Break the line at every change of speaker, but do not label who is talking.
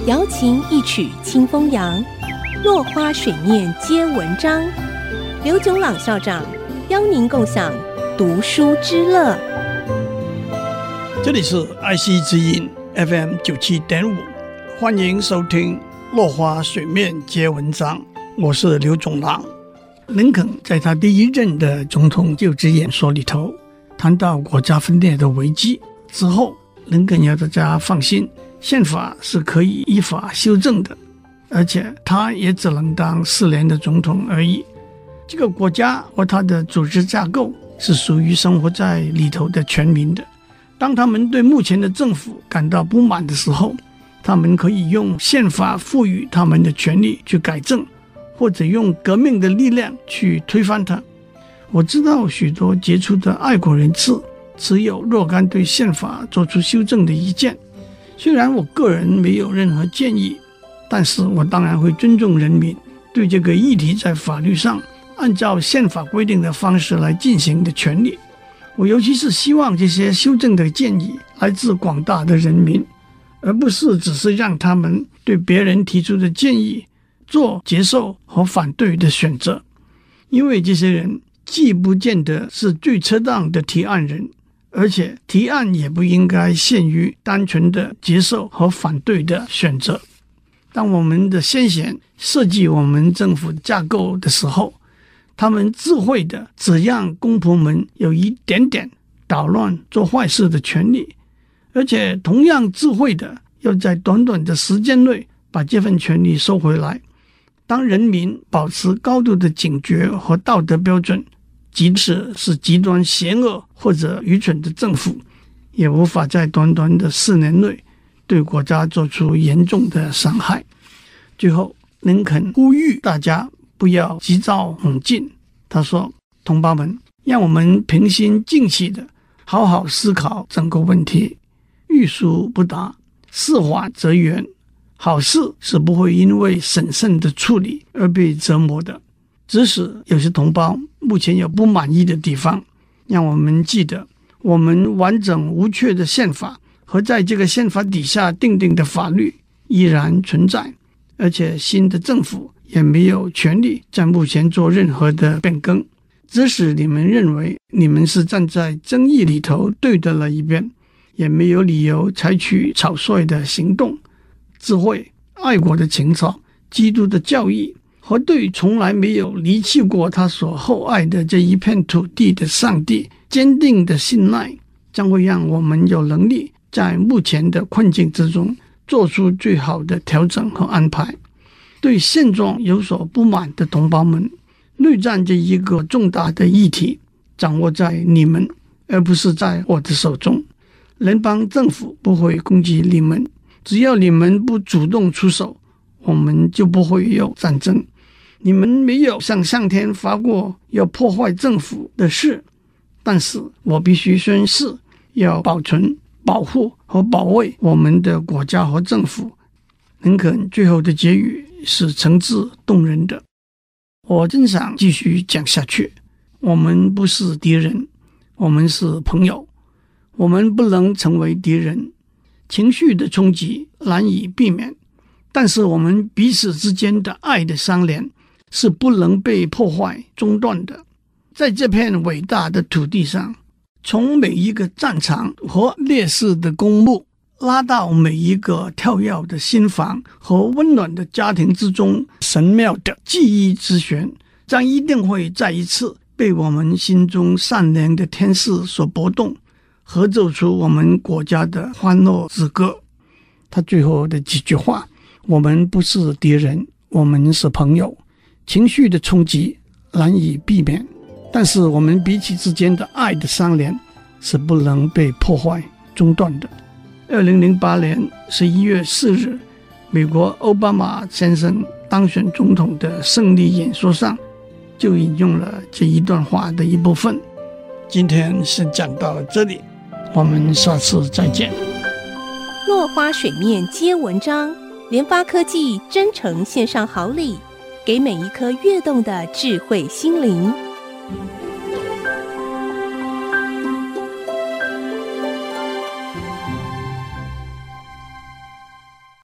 瑶琴一曲清风扬，落花水面皆文章。刘炯朗校长邀您共享读书之乐。
这里是爱惜之音 FM 97.5，欢迎收听落花水面皆文章，我是刘炯朗。林肯在他第一任的总统就职演说里头谈到国家分裂的危机之后，林肯要大家放心，宪法是可以依法修正的，而且他也只能当4年的总统而已。这个国家和它的组织架构是属于生活在里头的全民的，当他们对目前的政府感到不满的时候，他们可以用宪法赋予他们的权利去改正，或者用革命的力量去推翻它。我知道许多杰出的爱国人士持有若干对宪法做出修正的意见，虽然我个人没有任何建议，但是我当然会尊重人民对这个议题在法律上按照宪法规定的方式来进行的权利。我尤其是希望这些修正的建议来自广大的人民，而不是只是让他们对别人提出的建议做接受和反对的选择，因为这些人既不见得是最恰当的提案人，而且提案也不应该限于单纯的接受和反对的选择。当我们的先贤设计我们政府架构的时候，他们智慧的只让公仆们有一点点捣乱做坏事的权利，而且同样智慧的要在短短的时间内把这份权利收回来。当人民保持高度的警觉和道德标准，即使是极端邪恶或者愚蠢的政府，也无法在短短的4年内对国家做出严重的伤害。最后，林肯呼吁大家不要急躁猛进。他说，同胞们，让我们平心静气的好好思考整个问题，欲速不达，事缓则圆。好事是不会因为审慎的处理而被折磨的，即使有些同胞目前有不满意的地方，让我们记得，我们完整无缺的宪法和在这个宪法底下订定的法律依然存在，而且新的政府也没有权利在目前做任何的变更。即使你们认为你们是站在争议里头对的了一边，也没有理由采取草率的行动。智慧、爱国的情操、基督的教义和对从来没有离弃过他所厚爱的这一片土地的上帝坚定的信赖，将会让我们有能力在目前的困境之中做出最好的调整和安排。对现状有所不满的同胞们，内战这一个重大的议题掌握在你们，而不是在我的手中。联邦政府不会攻击你们，只要你们不主动出手，我们就不会有战争。你们没有向上天发过要破坏政府的誓，但是我必须宣誓要保存、保护和保卫我们的国家和政府。林肯最后的结语是诚挚动人的，我真想继续讲下去。我们不是敌人，我们是朋友，我们不能成为敌人。情绪的冲击难以避免，但是我们彼此之间的爱的相连是不能被破坏中断的。在这片伟大的土地上，从每一个战场和烈士的公墓拉到每一个跳跃的心房和温暖的家庭之中，神妙的记忆之弦将一定会再一次被我们心中善良的天使所拨动，合奏出我们国家的欢乐之歌。他最后的几句话，我们不是敌人，我们是朋友。情绪的冲击难以避免，但是我们彼此之间的爱的相连是不能被破坏中断的。2008年11月4日，美国奥巴马先生当选总统的胜利演说上就引用了这一段话的一部分。今天是讲到这里，我们下次再见。
落花水面皆文章，联发科技真诚献上好礼，给每一颗跃动的智慧心灵。